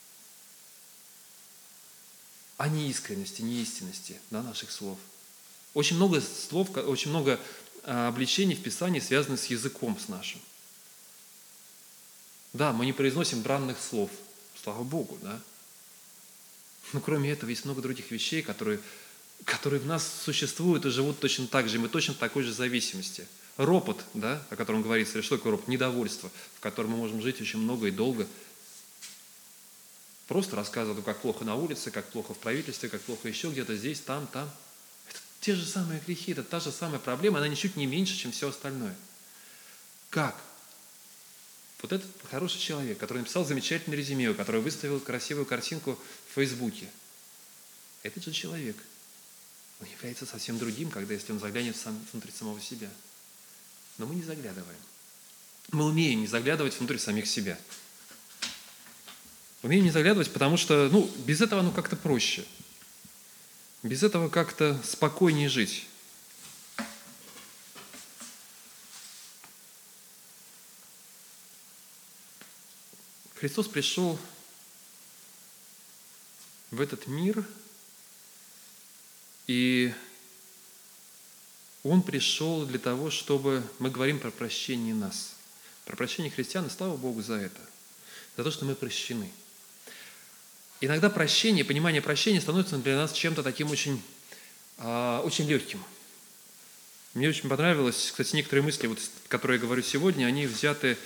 [SPEAKER 4] о неискренности, неистинности, да, наших слов. Очень много слов, очень много обличений в Писании связаны с языком с нашим. Да, мы не произносим бранных слов, слава Богу, да. Но кроме этого есть много других вещей, которые в нас существуют и живут точно так же, и мы точно в такой же зависимости. Ропот, да, о котором говорится, или что такое ропот? Недовольство, в котором мы можем жить очень много и долго. Просто рассказывают, как плохо на улице, как плохо в правительстве, как плохо еще где-то, здесь, там. Это те же самые грехи, это та же самая проблема, она ничуть не меньше, чем все остальное. Как? Вот этот хороший человек, который написал замечательное резюме, который выставил красивую картинку в Фейсбуке, этот же человек, он является совсем другим, если он заглянет внутрь самого себя. Но мы не заглядываем. Мы умеем не заглядывать внутрь самих себя. Умеем не заглядывать, потому что, без этого оно как-то проще. Без этого как-то спокойнее жить. Христос пришел в этот мир, и Он пришел для того, чтобы мы говорим про прощение нас, про прощение христиан, и слава Богу за это, за то, что мы прощены. Иногда прощение, понимание прощения становится для нас чем-то таким очень легким. Мне очень понравилось, кстати, некоторые мысли, которые я говорю сегодня, они взяты,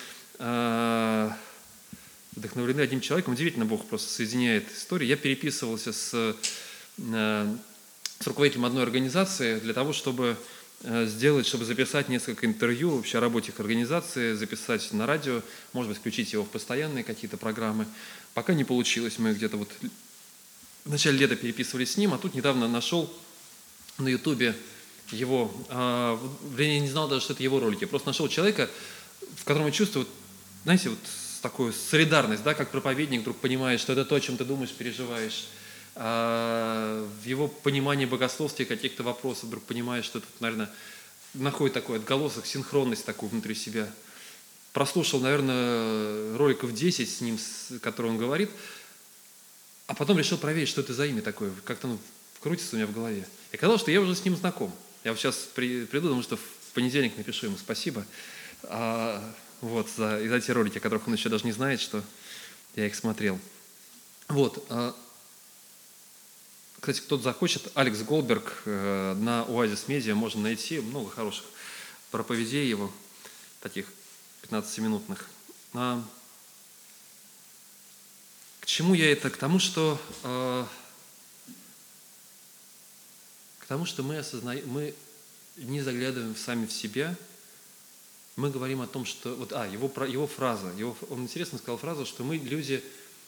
[SPEAKER 4] вдохновлены одним человеком. Удивительно, Бог просто соединяет истории. Я переписывался с руководителем одной организации для того, чтобы записать несколько интервью вообще о работе их организации, записать на радио, может быть, включить его в постоянные какие-то программы. Пока не получилось, мы где-то в начале лета переписывались с ним, а тут недавно нашел на Ютубе его, я не знал даже, что это его ролики, я просто нашел человека, в котором я чувствую, знаете, такую солидарность, да, как проповедник вдруг понимает, что это то, о чем ты думаешь, переживаешь. В его понимании богословства и каких-то вопросов вдруг понимаешь, что тут, наверное, находит такой отголосок, синхронность такую внутри себя. Прослушал, наверное, роликов 10 с ним, которые он говорит, а потом решил проверить, что это за имя такое, как-то крутится у меня в голове. И оказалось, что я уже с ним знаком. Я сейчас приду, думаю, что в понедельник напишу ему спасибо за те ролики, о которых он еще даже не знает, что я их смотрел. Кстати, кто-то захочет, Алекс Голдберг на Оазис Медиа можно найти много хороших проповедей его, таких 15-минутных. К чему я это? К тому, что мы не заглядываем сами в себя, мы говорим о том, что... его фраза. Он интересно сказал фразу, что мы, люди,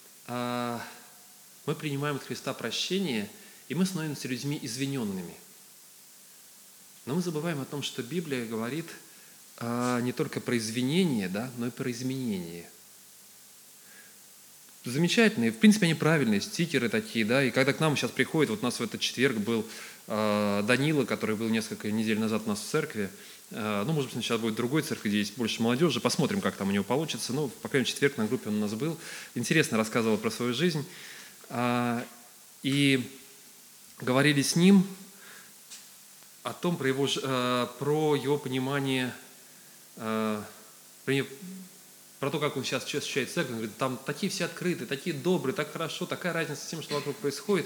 [SPEAKER 4] мы принимаем от Христа прощение, и мы становимся людьми извиненными. Но мы забываем о том, что Библия говорит не только про извинение, да, но и про изменение. Замечательные, в принципе, они правильные, стикеры такие, да, и когда к нам сейчас приходит, вот у нас в этот четверг был Данила, который был несколько недель назад у нас в церкви, может быть, сейчас будет в другой церкви, где есть больше молодежи, посмотрим, как там у него получится, по крайней мере, в четверг на группе он у нас был, интересно рассказывал про свою жизнь, и говорили с ним о том, про его понимание, про то, как он сейчас ощущает церковь. Он говорит, там такие все открытые, такие добрые, так хорошо, такая разница с тем, что вокруг происходит.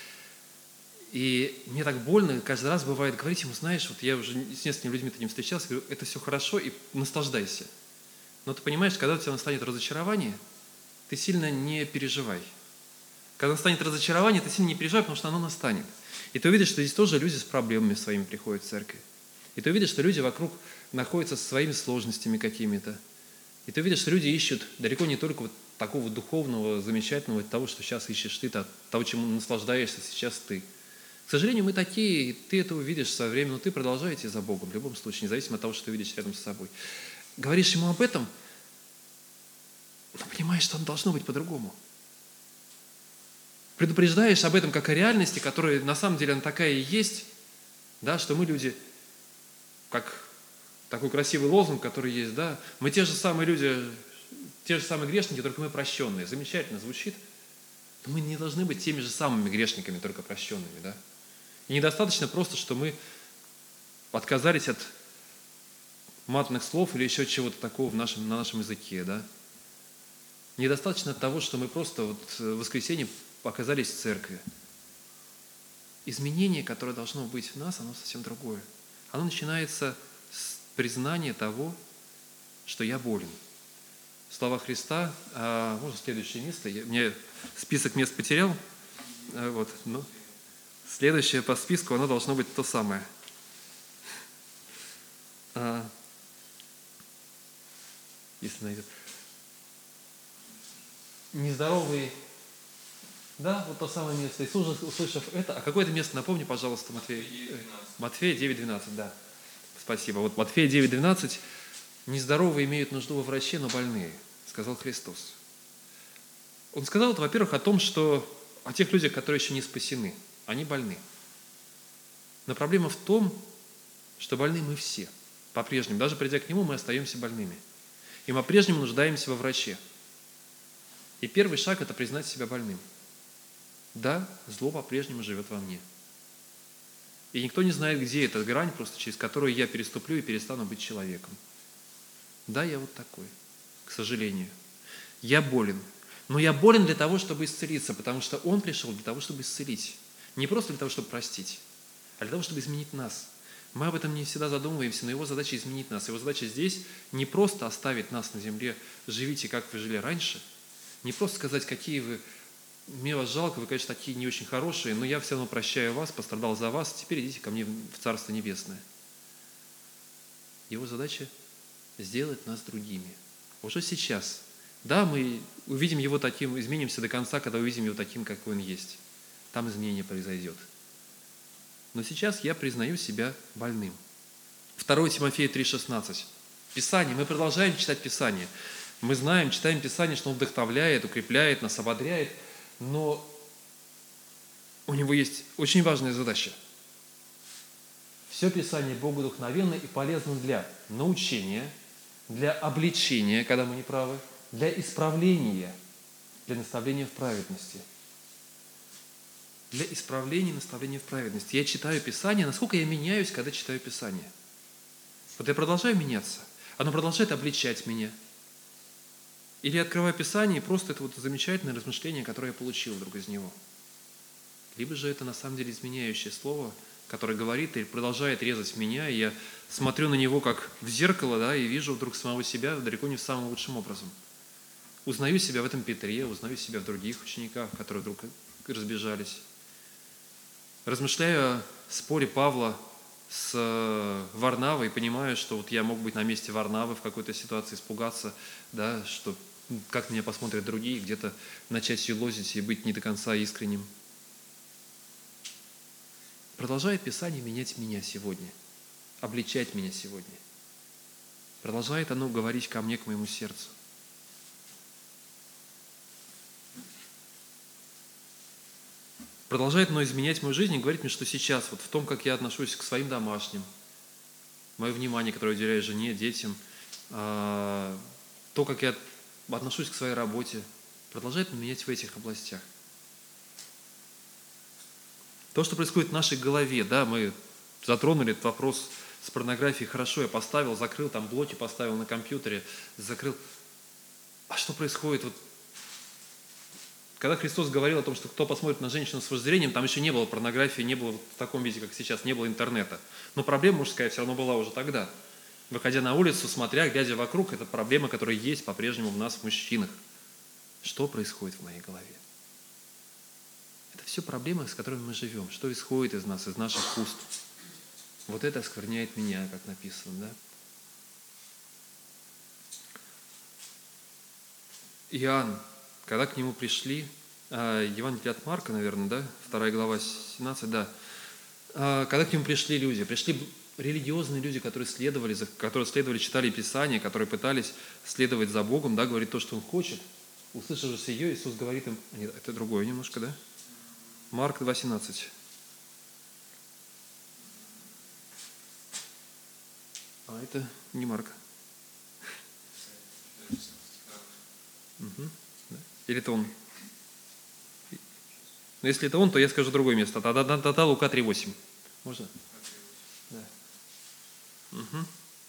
[SPEAKER 4] И мне так больно, каждый раз бывает говорить ему, знаешь, вот я уже с несколькими людьми таким встречался, говорю, это все хорошо и наслаждайся. Но ты понимаешь, когда у тебя настанет разочарование, ты сильно не переживай. Когда настанет разочарование, ты сильно не переживай, потому что оно настанет. И ты увидишь, что здесь тоже люди с проблемами своими приходят в церковь. И ты увидишь, что люди вокруг находятся со своими сложностями какими-то. И ты увидишь, что люди ищут далеко не только вот такого духовного, замечательного, того, что сейчас ищешь ты, того, чем наслаждаешься сейчас ты. К сожалению, мы такие, и ты это увидишь со временем, но ты продолжай идти за Богом, в любом случае, независимо от того, что ты видишь рядом с собой. Говоришь ему об этом, но понимаешь, что оно должно быть по-другому. Предупреждаешь об этом как о реальности, которая на самом деле она такая и есть, да, что мы люди, как такой красивый лозунг, который есть, да, мы те же самые люди, те же самые грешники, только мы прощенные. Замечательно звучит, но мы не должны быть теми же самыми грешниками, только прощенными, да. И недостаточно просто, что мы отказались от матных слов или еще чего-то такого на нашем языке, да. Недостаточно того, что мы просто в воскресенье оказались в церкви. Изменение, которое должно быть в нас, оно совсем другое. Оно начинается с признания того, что я болен. Слова Христа, можно следующее место, мне список мест потерял, следующее по списку, оно должно быть то самое. Если найдет. Нездоровый. Да, вот то самое место. Иисус, услышав это, какое это место, напомни, пожалуйста, Матфея 9:12, да. Спасибо. Вот Матфея 9:12. Нездоровые имеют нужду во враче, но больные, сказал Христос. Он сказал это, во-первых, о тех людях, которые еще не спасены. Они больны. Но проблема в том, что больны мы все. По-прежнему. Даже придя к Нему, мы остаемся больными. И мы по-прежнему нуждаемся во враче. И первый шаг – это признать себя больным. Да, зло по-прежнему живет во мне. И никто не знает, где эта грань, просто через которую я переступлю и перестану быть человеком. Да, я вот такой, к сожалению. Я болен. Но я болен для того, чтобы исцелиться, потому что Он пришел для того, чтобы исцелить. Не просто для того, чтобы простить, а для того, чтобы изменить нас. Мы об этом не всегда задумываемся, но Его задача изменить нас. Его задача здесь не просто оставить нас на земле, живите, как вы жили раньше, не просто сказать, какие вы, мне вас жалко, вы, конечно, такие не очень хорошие, но я все равно прощаю вас, пострадал за вас, теперь идите ко мне в Царство Небесное. Его задача сделать нас другими. Уже сейчас. Да, мы увидим Его таким, изменимся до конца, когда увидим Его таким, какой Он есть. Там изменение произойдет. Но сейчас я признаю себя больным. 2 Тимофея 3,16. Писание. Мы продолжаем читать Писание. Мы знаем, читаем Писание, что Он вдохновляет, укрепляет нас, ободряет, но у него есть очень важная задача. Все Писание богодухновенно и полезно для научения, для обличения, когда мы не правы, для исправления, для наставления в праведности. Для исправления и наставления в праведности. Я читаю Писание, насколько я меняюсь, когда читаю Писание. Вот я продолжаю меняться, оно продолжает обличать меня. Или открываю Писание, и просто это вот замечательное размышление, которое я получил вдруг из него. Либо же это на самом деле изменяющее слово, которое говорит и продолжает резать меня, и я смотрю на него как в зеркало, да, и вижу вдруг самого себя далеко не самым лучшим образом. Узнаю себя в этом Петре, узнаю себя в других учениках, которые вдруг разбежались. Размышляю о споре Павла с Варнавой, понимаю, что вот я мог быть на месте Варнавы в какой-то ситуации, испугаться, да, что как на меня посмотрят другие, где-то начать елозить и быть не до конца искренним. Продолжает Писание менять меня сегодня, обличать меня сегодня. Продолжает оно говорить ко мне, к моему сердцу. Продолжает оно изменять мою жизнь и говорить мне, что сейчас, вот в том, как я отношусь к своим домашним, мое внимание, которое уделяю жене, детям, то, как я отношусь к своей работе, продолжает менять в этих областях. То, что происходит в нашей голове, да, мы затронули этот вопрос с порнографией, хорошо, я поставил, закрыл, там блоки поставил на компьютере, закрыл. А что происходит? Вот, когда Христос говорил о том, что кто посмотрит на женщину с вожделением, там еще не было порнографии, не было в таком виде, как сейчас, не было интернета. Но проблема мужская все равно была уже тогда. Выходя на улицу, смотря, глядя вокруг, это проблема, которая есть по-прежнему в нас, в мужчинах. Что происходит в моей голове? Это все проблемы, с которыми мы живем. Что исходит из нас, из наших уст. Вот это оскверняет меня, как написано, да? Иоанн, когда к нему пришли, Евангелие от Марка, наверное, да? 2 глава, 17, да. Когда к нему пришли люди, пришли религиозные люди, которые следовали, читали Писание, которые пытались следовать за Богом, да, говорить то, что он хочет. Услышав же ее, Иисус говорит им, нет, это другое немножко, да? Марк 2,17. А это не Марк. Угу. Да. Или это он? Но если это он, то я скажу другое место. Тогда Лука 3,8. Можно? Да. Угу.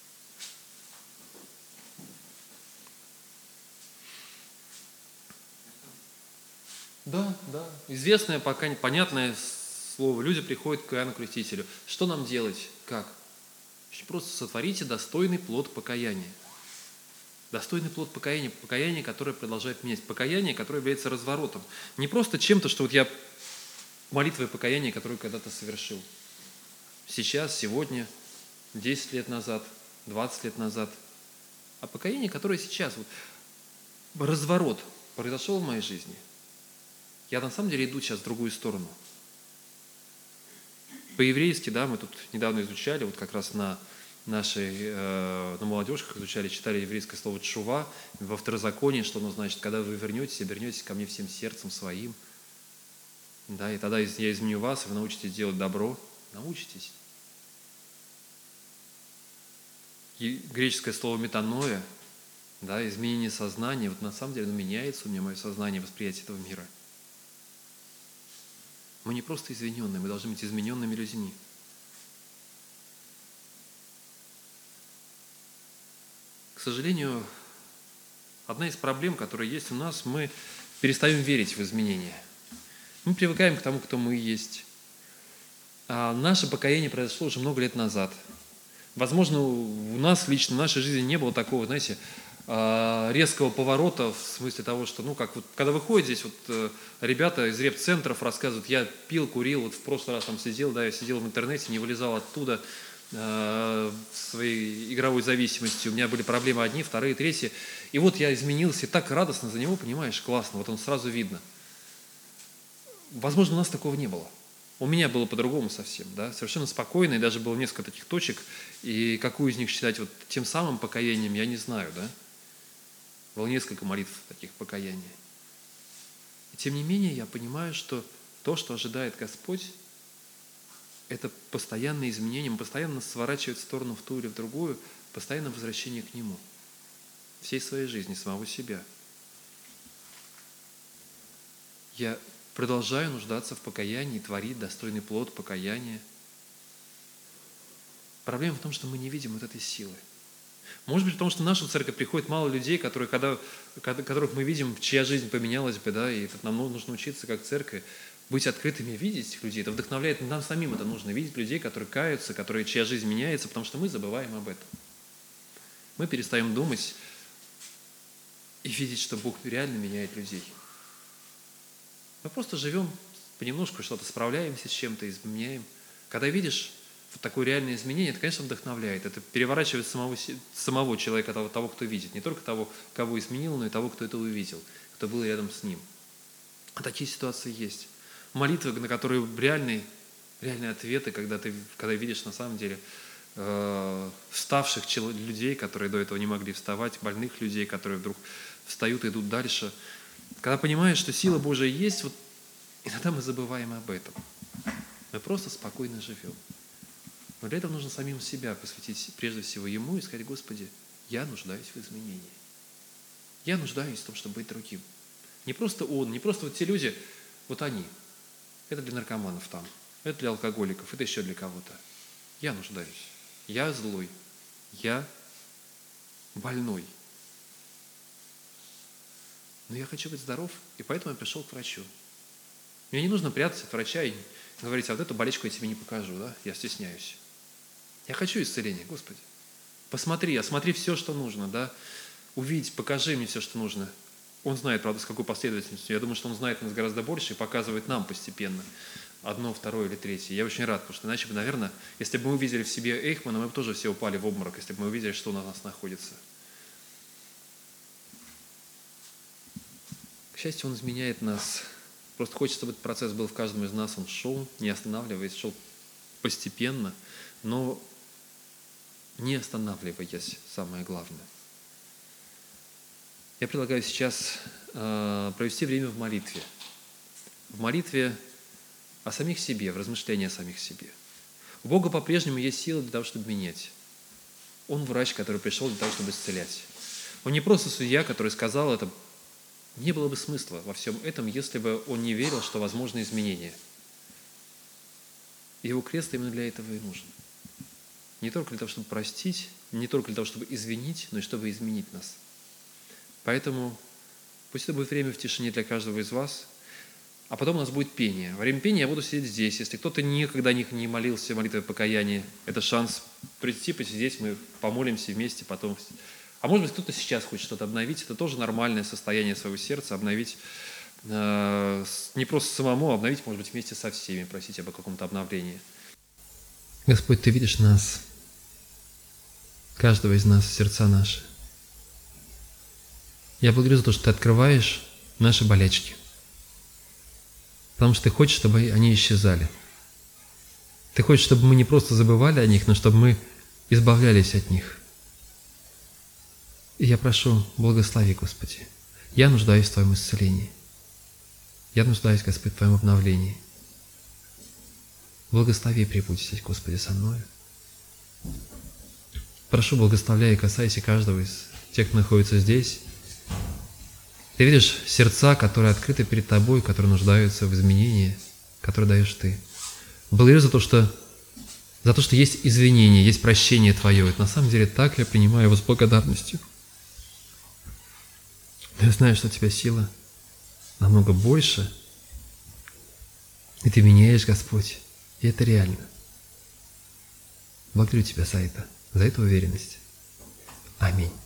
[SPEAKER 4] Да. Известное, пока понятное слово. Люди приходят к Иоанну Крестителю. Что нам делать? Как? Просто сотворите достойный плод покаяния. Достойный плод покаяния. Покаяние, которое продолжает менять. Покаяние, которое является разворотом. Не просто чем-то, что вот я молитвой покаяния, которую когда-то совершил. Сейчас, сегодня, 10 лет назад, 20 лет назад. А покаяние, которое сейчас. Вот, разворот произошел в моей жизни. Я на самом деле иду сейчас в другую сторону. По-еврейски, да, мы тут недавно изучали, вот как раз на молодежках изучали, читали еврейское слово «тшува» во Второзаконии, что оно значит, когда вы вернетесь ко мне всем сердцем своим, да, и тогда я изменю вас, и вы научитесь делать добро, научитесь. И греческое слово «метаноя», да, изменение сознания, вот на самом деле оно меняется у меня, мое сознание, восприятие этого мира. Мы не просто измененные, мы должны быть измененными людьми. К сожалению, одна из проблем, которая есть у нас, мы перестаем верить в изменения. Мы привыкаем к тому, кто мы есть. А наше покаяние произошло уже много лет назад. Возможно, у нас лично, в нашей жизни не было такого, знаете, резкого поворота в смысле того, что, как вот, когда выходят здесь вот ребята из реп-центров рассказывают, я пил, курил, вот в прошлый раз там сидел, да, я сидел в интернете, не вылезал оттуда своей игровой зависимости, у меня были проблемы одни, вторые, третьи, и вот я изменился, и так радостно за него, понимаешь, классно, вот он сразу видно. Возможно, у нас такого не было. У меня было по-другому совсем, да, совершенно спокойно, и даже было несколько таких точек, и какую из них считать вот тем самым покаянием, я не знаю, да. Было несколько молитв таких покаяния. И тем не менее, я понимаю, что то, что ожидает Господь, это постоянное изменение, мы постоянно сворачивает в сторону в ту или в другую, постоянное возвращение к Нему. Всей своей жизни, самого себя. Я продолжаю нуждаться в покаянии, творить достойный плод покаяния. Проблема в том, что мы не видим вот этой силы. Может быть, потому что в нашу церковь приходит мало людей, которых мы видим, чья жизнь поменялась бы, да, и нам нужно учиться, как церковь, быть открытыми, видеть этих людей. Это вдохновляет, нам самим это нужно, видеть людей, которые каются, чья жизнь меняется, потому что мы забываем об этом. Мы перестаем думать и видеть, что Бог реально меняет людей. Мы просто живем понемножку, что-то справляемся с чем-то, изменяем. Когда видишь в такое реальное изменение, это, конечно, вдохновляет. Это переворачивает самого человека, того, кто видит. Не только того, кого изменил, но и того, кто это увидел, кто был рядом с ним. А такие ситуации есть. Молитвы, на которые реальные ответы, когда видишь на самом деле вставших людей, которые до этого не могли вставать, больных людей, которые вдруг встают и идут дальше. Когда понимаешь, что сила Божия есть, вот иногда мы забываем об этом. Мы просто спокойно живем. Но для этого нужно самим себя посвятить прежде всего Ему и сказать: Господи, я нуждаюсь в изменении. Я нуждаюсь в том, чтобы быть другим. Не просто он, не просто вот те люди, вот они. Это для наркоманов там, это для алкоголиков, это еще для кого-то. Я нуждаюсь. Я злой. Я больной. Но я хочу быть здоров, и поэтому я пришел к врачу. Мне не нужно прятаться от врача и говорить: а вот эту болечку я тебе не покажу, да? Я стесняюсь. Я хочу исцеления, Господи. Посмотри, осмотри все, что нужно, да? Увидь, покажи мне все, что нужно. Он знает, правда, с какой последовательностью. Я думаю, что Он знает нас гораздо больше и показывает нам постепенно. Одно, второе или третье. Я очень рад, потому что иначе бы, наверное, если бы мы увидели в себе Эйхмана, мы бы тоже все упали в обморок, если бы мы увидели, что у нас находится. К счастью, Он изменяет нас. Просто хочется, чтобы этот процесс был в каждом из нас. Он шел, не останавливаясь, шел постепенно, но не останавливаясь, самое главное. Я предлагаю сейчас провести время в молитве. В молитве о самих себе, в размышлении о самих себе. У Бога по-прежнему есть сила для того, чтобы менять. Он врач, который пришел для того, чтобы исцелять. Он не просто судья, который сказал это. Не было бы смысла во всем этом, если бы он не верил, что возможны изменения. И его крест именно для этого и нужен. Не только для того, чтобы простить, не только для того, чтобы извинить, но и чтобы изменить нас. Поэтому пусть это будет время в тишине для каждого из вас, а потом у нас будет пение. Во время пения я буду сидеть здесь. Если кто-то никогда не молился молитвой покаяния, это шанс прийти, посидеть, мы помолимся вместе потом. А может быть, кто-то сейчас хочет что-то обновить. Это тоже нормальное состояние своего сердца, обновить не просто самому, а обновить, может быть, вместе со всеми, просить об каком-то обновлении. Господь, Ты видишь нас, каждого из нас, сердца наши. Я благодарю за то, что Ты открываешь наши болячки, потому что Ты хочешь, чтобы они исчезали. Ты хочешь, чтобы мы не просто забывали о них, но чтобы мы избавлялись от них. И я прошу, благослови, Господи. Я нуждаюсь в Твоем исцелении. Я нуждаюсь, Господь, в Твоем обновлении. Благослови и пребудь здесь, Господи, со мной. Прошу, благословляй и касайся каждого из тех, кто находится здесь. Ты видишь сердца, которые открыты перед Тобой, которые нуждаются в изменении, которые даешь Ты. Благодарю за то, что есть извинение, есть прощение Твое. Это на самом деле так, я принимаю его с благодарностью. Я знаю, что у Тебя сила намного больше, и Ты меняешь, Господь, и это реально. Благодарю Тебя за это, за эту уверенность. Аминь.